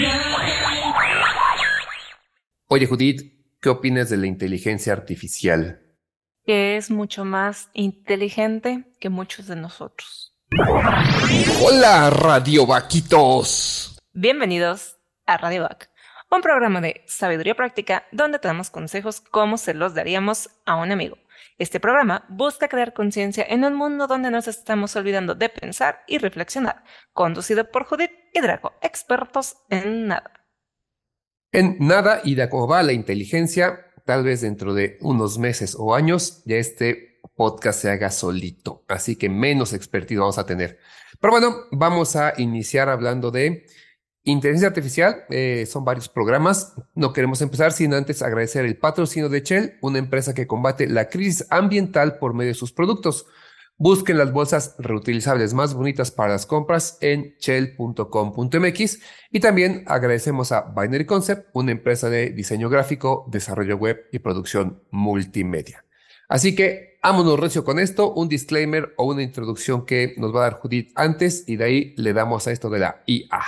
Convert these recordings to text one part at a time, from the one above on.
Oye, Judith, ¿qué opinas de la inteligencia artificial? Que es mucho más inteligente que muchos de nosotros. Hola, Radio Vaquitos. Bienvenidos a Radio Back, un programa de sabiduría práctica donde te damos consejos como se los daríamos a un amigo. Este programa busca crear conciencia en un mundo donde nos estamos olvidando de pensar y reflexionar, conducido por Judith y Draco, expertos en nada. En nada y de cómo va la inteligencia, tal vez dentro de unos meses o años ya este podcast se haga solito, así que menos expertise vamos a tener. Pero bueno, vamos a iniciar hablando de inteligencia artificial. Son varios programas. No queremos empezar sin antes agradecer el patrocinio de Shell, una empresa que combate la crisis ambiental por medio de sus productos. Busquen las bolsas reutilizables más bonitas para las compras en shell.com.mx y también agradecemos a Binary Concept, una empresa de diseño gráfico, desarrollo web y producción multimedia. Así que vámonos recio con esto, un disclaimer o una introducción que nos va a dar Judith antes y de ahí le damos a esto de la IA.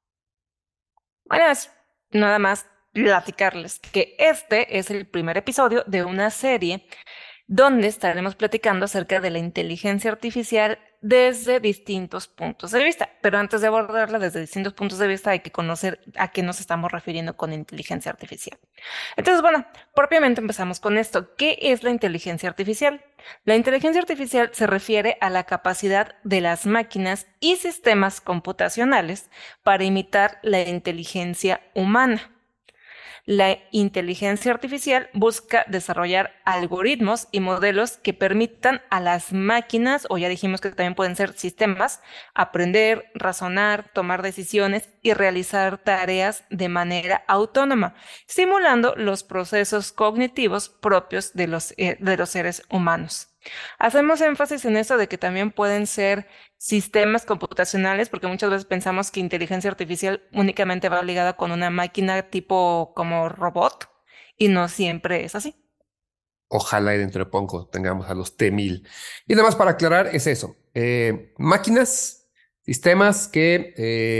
Bueno, es nada más platicarles que este es el primer episodio de una serie donde estaremos platicando acerca de la inteligencia artificial desde distintos puntos de vista. Pero antes de abordarla desde distintos puntos de vista hay que conocer a qué nos estamos refiriendo con inteligencia artificial. Entonces, bueno, propiamente empezamos con esto. ¿Qué es la inteligencia artificial? La inteligencia artificial se refiere a la capacidad de las máquinas y sistemas computacionales para imitar la inteligencia humana. La inteligencia artificial busca desarrollar algoritmos y modelos que permitan a las máquinas, o ya dijimos que también pueden ser sistemas, aprender, razonar, tomar decisiones y realizar tareas de manera autónoma, simulando los procesos cognitivos propios de los seres humanos. Hacemos énfasis en esto de que también pueden ser sistemas computacionales, porque muchas veces pensamos que inteligencia artificial únicamente va ligada con una máquina tipo como robot, y no siempre es así. Ojalá y dentro de poco tengamos a los T-1000. Y nada más para aclarar, es eso. Máquinas, sistemas que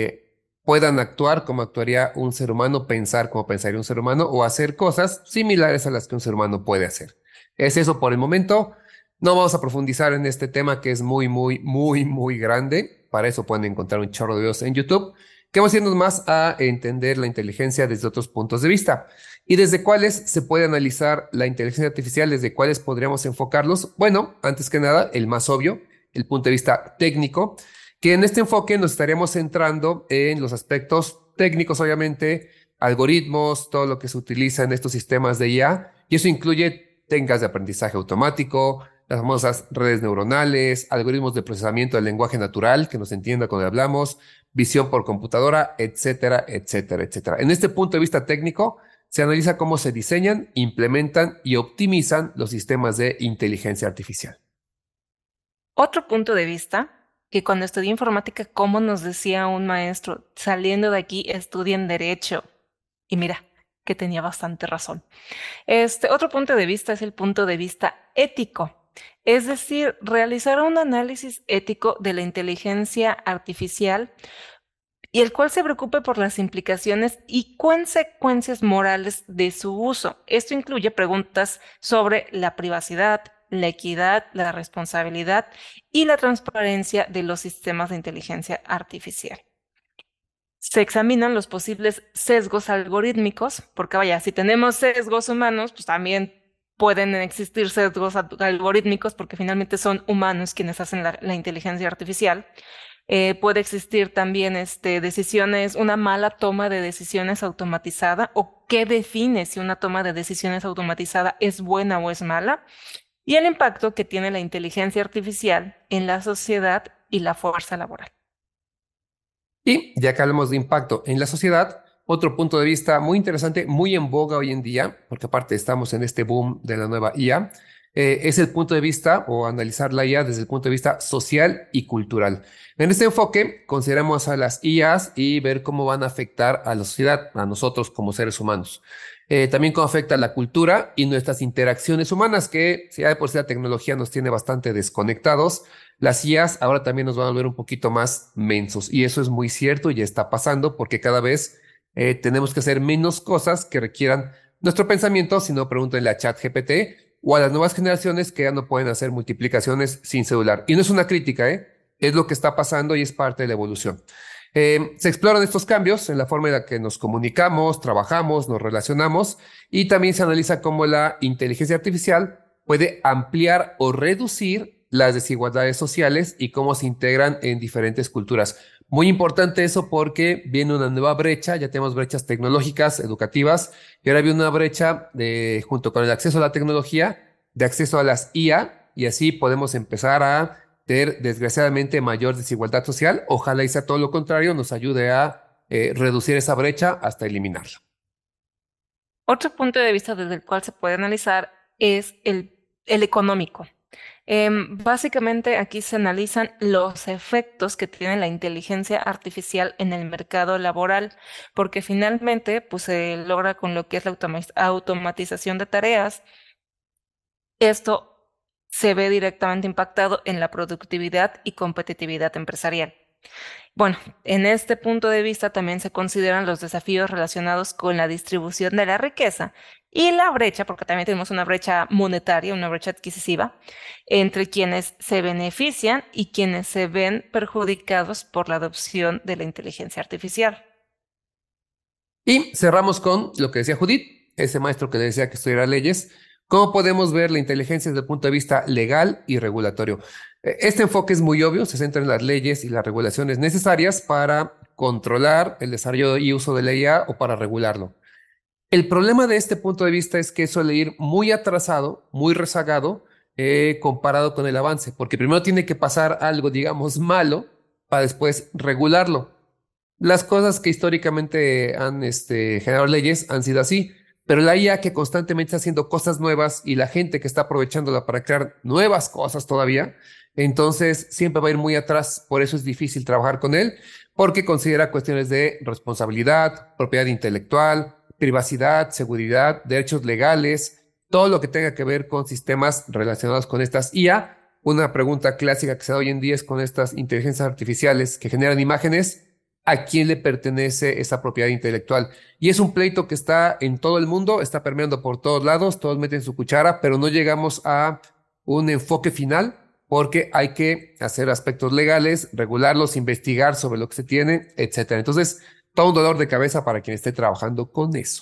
puedan actuar como actuaría un ser humano, pensar como pensaría un ser humano o hacer cosas similares a las que un ser humano puede hacer. Es eso por el momento. No vamos a profundizar en este tema que es muy, muy, muy, muy grande. Para eso pueden encontrar un chorro de videos en YouTube, que vamos a irnos más a entender la inteligencia desde otros puntos de vista. ¿Y desde cuáles se puede analizar la inteligencia artificial? ¿Desde cuáles podríamos enfocarlos? Bueno, antes que nada, el más obvio, el punto de vista técnico, que en este enfoque nos estaríamos centrando en los aspectos técnicos, obviamente, algoritmos, todo lo que se utiliza en estos sistemas de IA, y eso incluye técnicas de aprendizaje automático, las famosas redes neuronales, algoritmos de procesamiento del lenguaje natural, que nos entienda cuando hablamos, visión por computadora, etcétera, etcétera, etcétera. En este punto de vista técnico, se analiza cómo se diseñan, implementan y optimizan los sistemas de inteligencia artificial. Otro punto de vista, que cuando estudié informática, como nos decía un maestro, saliendo de aquí estudien derecho. Y mira, que tenía bastante razón. Este otro punto de vista es el punto de vista ético, es decir, realizar un análisis ético de la inteligencia artificial y el cual se preocupe por las implicaciones y consecuencias morales de su uso. Esto incluye preguntas sobre la privacidad, la equidad, la responsabilidad y la transparencia de los sistemas de inteligencia artificial. Se examinan los posibles sesgos algorítmicos, porque vaya, si tenemos sesgos humanos, pues también pueden existir sesgos algorítmicos, porque finalmente son humanos quienes hacen la inteligencia artificial. Puede existir también decisiones, una mala toma de decisiones automatizada, o qué define si una toma de decisiones automatizada es buena o es mala, y el impacto que tiene la inteligencia artificial en la sociedad y la fuerza laboral. Y ya que hablamos de impacto en la sociedad, otro punto de vista muy interesante, muy en boga hoy en día, porque aparte estamos en este boom de la nueva IA, es el punto de vista o analizar la IA desde el punto de vista social y cultural. En este enfoque, consideramos a las IAs y ver cómo van a afectar a la sociedad, a nosotros como seres humanos. También cómo afecta la cultura y nuestras interacciones humanas, que si ya de por sí la tecnología nos tiene bastante desconectados, las IAs ahora también nos van a volver un poquito más mensos. Y eso es muy cierto y ya está pasando porque cada vez tenemos que hacer menos cosas que requieran nuestro pensamiento, sino pregúntenle a ChatGPT o a las nuevas generaciones que ya no pueden hacer multiplicaciones sin celular. Y no es una crítica, ¿eh? Es lo que está pasando y es parte de la evolución. Se exploran estos cambios en la forma en la que nos comunicamos, trabajamos, nos relacionamos y también se analiza cómo la inteligencia artificial puede ampliar o reducir las desigualdades sociales y cómo se integran en diferentes culturas. Muy importante eso porque viene una nueva brecha, ya tenemos brechas tecnológicas, educativas, y ahora viene una brecha junto con el acceso a la tecnología, de acceso a las IA, y así podemos empezar a tener desgraciadamente mayor desigualdad social. Ojalá y sea todo lo contrario, nos ayude a reducir esa brecha hasta eliminarla. Otro punto de vista desde el cual se puede analizar es el económico. Básicamente aquí se analizan los efectos que tiene la inteligencia artificial en el mercado laboral, porque finalmente pues, se logra con lo que es la automatización de tareas. Esto se ve directamente impactado en la productividad y competitividad empresarial. Bueno, en este punto de vista también se consideran los desafíos relacionados con la distribución de la riqueza y la brecha, porque también tenemos una brecha monetaria, una brecha adquisitiva, entre quienes se benefician y quienes se ven perjudicados por la adopción de la inteligencia artificial. Y cerramos con lo que decía Judith, ese maestro que le decía que estudiara leyes. ¿Cómo podemos ver la inteligencia desde el punto de vista legal y regulatorio? Este enfoque es muy obvio, se centra en las leyes y las regulaciones necesarias para controlar el desarrollo y uso de la IA o para regularlo. El problema de este punto de vista es que suele ir muy atrasado, muy rezagado, comparado con el avance, porque primero tiene que pasar algo, digamos, malo para después regularlo. Las cosas que históricamente han generado leyes han sido así, pero la IA que constantemente está haciendo cosas nuevas y la gente que está aprovechándola para crear nuevas cosas todavía, entonces siempre va a ir muy atrás. Por eso es difícil trabajar con él, porque considera cuestiones de responsabilidad, propiedad intelectual, privacidad, seguridad, derechos legales, todo lo que tenga que ver con sistemas relacionados con estas IA. Una pregunta clásica que se da hoy en día es con estas inteligencias artificiales que generan imágenes, ¿a quién le pertenece esa propiedad intelectual? Y es un pleito que está en todo el mundo, está permeando por todos lados, todos meten su cuchara, pero no llegamos a un enfoque final porque hay que hacer aspectos legales, regularlos, investigar sobre lo que se tiene, etcétera. Entonces, todo un dolor de cabeza para quien esté trabajando con eso.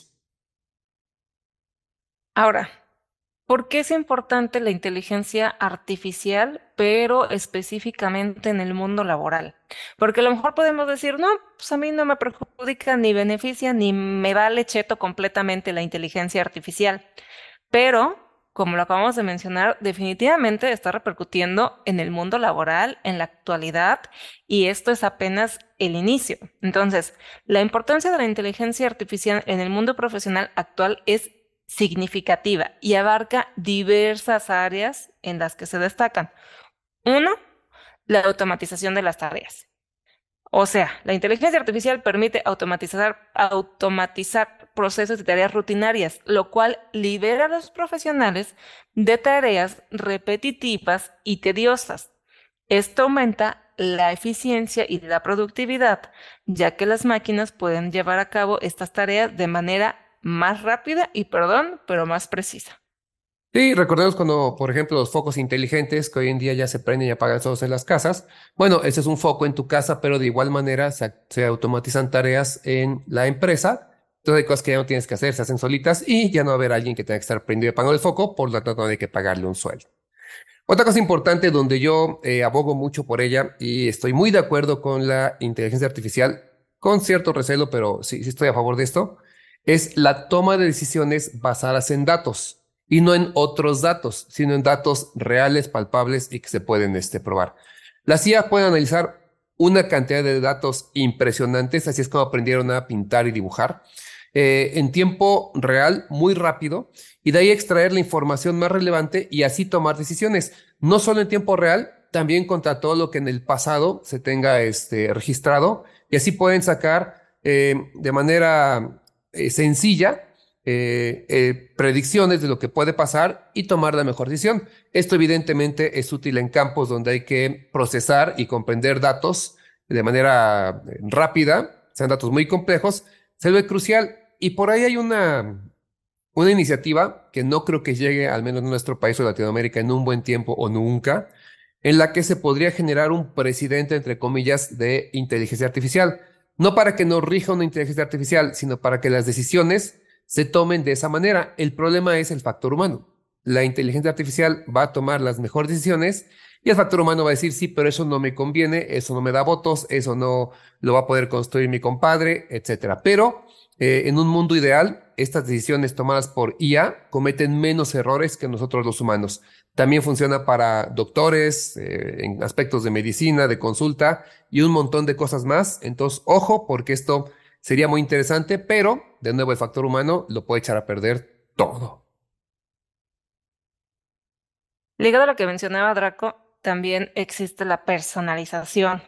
Ahora, ¿por qué es importante la inteligencia artificial, pero específicamente en el mundo laboral? Porque a lo mejor podemos decir, no, pues a mí no me perjudica ni beneficia ni me vale cheto completamente la inteligencia artificial. Pero, como lo acabamos de mencionar, definitivamente está repercutiendo en el mundo laboral, en la actualidad, y esto es apenas el inicio. Entonces, la importancia de la inteligencia artificial en el mundo profesional actual es significativa y abarca diversas áreas en las que se destacan. Uno, la automatización de las tareas. O sea, la inteligencia artificial permite automatizar procesos de tareas rutinarias, lo cual libera a los profesionales de tareas repetitivas y tediosas. Esto aumenta la eficiencia y la productividad, ya que las máquinas pueden llevar a cabo estas tareas de manera más rápida y, perdón, pero más precisa. Sí, recordemos cuando, por ejemplo, los focos inteligentes que hoy en día ya se prenden y apagan solos en las casas. Bueno, ese es un foco en tu casa, pero de igual manera se automatizan tareas en la empresa. Entonces hay cosas que ya no tienes que hacer, se hacen solitas y ya no va a haber alguien que tenga que estar prendido y apagando el foco, por lo tanto no hay que pagarle un sueldo. Otra cosa importante donde yo abogo mucho por ella y estoy muy de acuerdo con la inteligencia artificial, con cierto recelo, pero sí, sí estoy a favor de esto, es la toma de decisiones basadas en datos y no en otros datos, sino en datos reales, palpables y que se pueden probar. Las IA pueden analizar una cantidad de datos impresionantes, así es como aprendieron a pintar y dibujar, en tiempo real, muy rápido, y de ahí extraer la información más relevante y así tomar decisiones, no solo en tiempo real, también contra todo lo que en el pasado se tenga registrado, y así pueden sacar de manera sencilla predicciones de lo que puede pasar y tomar la mejor decisión. Esto evidentemente es útil en campos donde hay que procesar y comprender datos de manera rápida, sean datos muy complejos, se ve crucial. Y por ahí hay una iniciativa que no creo que llegue, al menos en nuestro país o Latinoamérica, en un buen tiempo o nunca, en la que se podría generar un presidente, entre comillas, de inteligencia artificial. No para que nos rija una inteligencia artificial, sino para que las decisiones se tomen de esa manera. El problema es el factor humano. La inteligencia artificial va a tomar las mejores decisiones y el factor humano va a decir, sí, pero eso no me conviene, eso no me da votos, eso no lo va a poder construir mi compadre, etcétera. Pero en un mundo ideal, estas decisiones tomadas por IA cometen menos errores que nosotros los humanos. También funciona para doctores, en aspectos de medicina, de consulta y un montón de cosas más. Entonces, ojo, porque esto sería muy interesante, pero de nuevo el factor humano lo puede echar a perder todo. Ligado a lo que mencionaba Draco, también existe la personalización.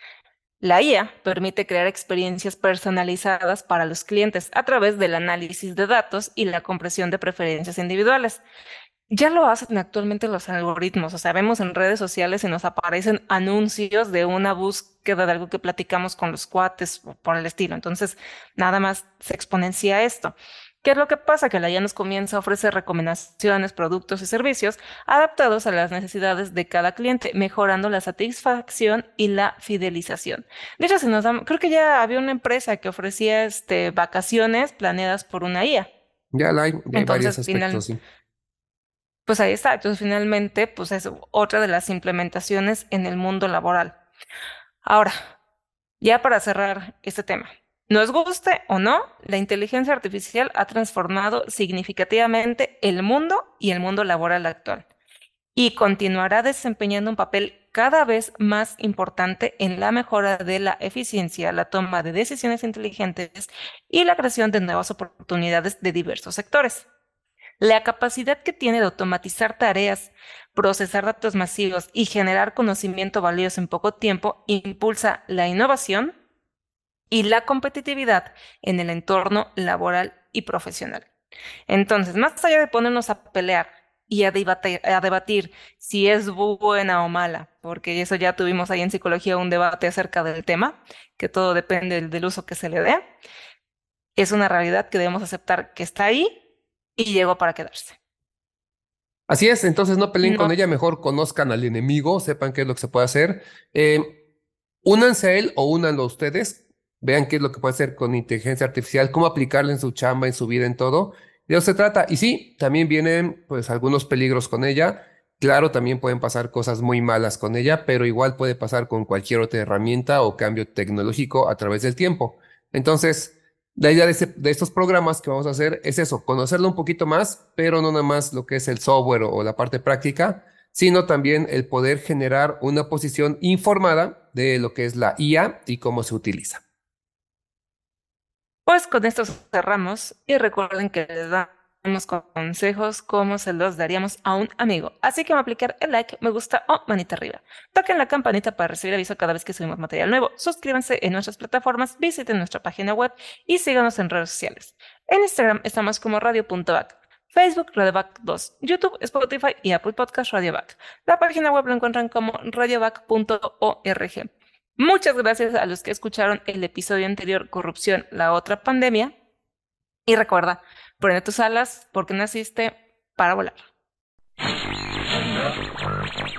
La IA permite crear experiencias personalizadas para los clientes a través del análisis de datos y la compresión de preferencias individuales. Ya lo hacen actualmente los algoritmos, o sea, vemos en redes sociales y nos aparecen anuncios de una búsqueda de algo que platicamos con los cuates o por el estilo. Entonces, nada más se exponencia esto. ¿Qué es lo que pasa? Que la IA nos comienza a ofrecer recomendaciones, productos y servicios adaptados a las necesidades de cada cliente, mejorando la satisfacción y la fidelización. De hecho, creo que ya había una empresa que ofrecía vacaciones planeadas por una IA. Ya hay varios Entonces, aspectos, sí. pues ahí está. Entonces, finalmente, pues es otra de las implementaciones en el mundo laboral. Ahora, ya para cerrar este tema, nos guste o no, la inteligencia artificial ha transformado significativamente el mundo y el mundo laboral actual y continuará desempeñando un papel cada vez más importante en la mejora de la eficiencia, la toma de decisiones inteligentes y la creación de nuevas oportunidades de diversos sectores. La capacidad que tiene de automatizar tareas, procesar datos masivos y generar conocimiento valioso en poco tiempo impulsa la innovación y la competitividad en el entorno laboral y profesional. Entonces, más allá de ponernos a pelear y a debatir si es buena o mala, porque eso ya tuvimos ahí en psicología un debate acerca del tema, que todo depende del uso que se le dé, es una realidad que debemos aceptar que está ahí y llegó para quedarse. Así es, entonces no peleen No. con ella, mejor conozcan al enemigo, sepan qué es lo que se puede hacer. Únanse a él o únanlo ustedes, vean qué es lo que puede hacer con inteligencia artificial, cómo aplicarla en su chamba, en su vida, en todo. De eso se trata. Y sí, también vienen pues algunos peligros con ella. Claro, también pueden pasar cosas muy malas con ella, pero igual puede pasar con cualquier otra herramienta o cambio tecnológico a través del tiempo. Entonces, la idea de estos programas que vamos a hacer es eso, conocerlo un poquito más, pero no nada más lo que es el software o la parte práctica, sino también el poder generar una posición informada de lo que es la IA y cómo se utiliza. Pues con esto cerramos y recuerden que les damos consejos como se los daríamos a un amigo. Así que va a aplicar el like, me gusta o manita arriba. Toquen la campanita para recibir aviso cada vez que subimos material nuevo. Suscríbanse en nuestras plataformas, visiten nuestra página web y síganos en redes sociales. En Instagram estamos como radio.back, Facebook radioback 2, YouTube, Spotify y Apple Podcast radioback. La página web lo encuentran como radioback.org. Muchas gracias a los que escucharon el episodio anterior, Corrupción, la otra pandemia. Y recuerda, prende tus alas porque naciste para volar.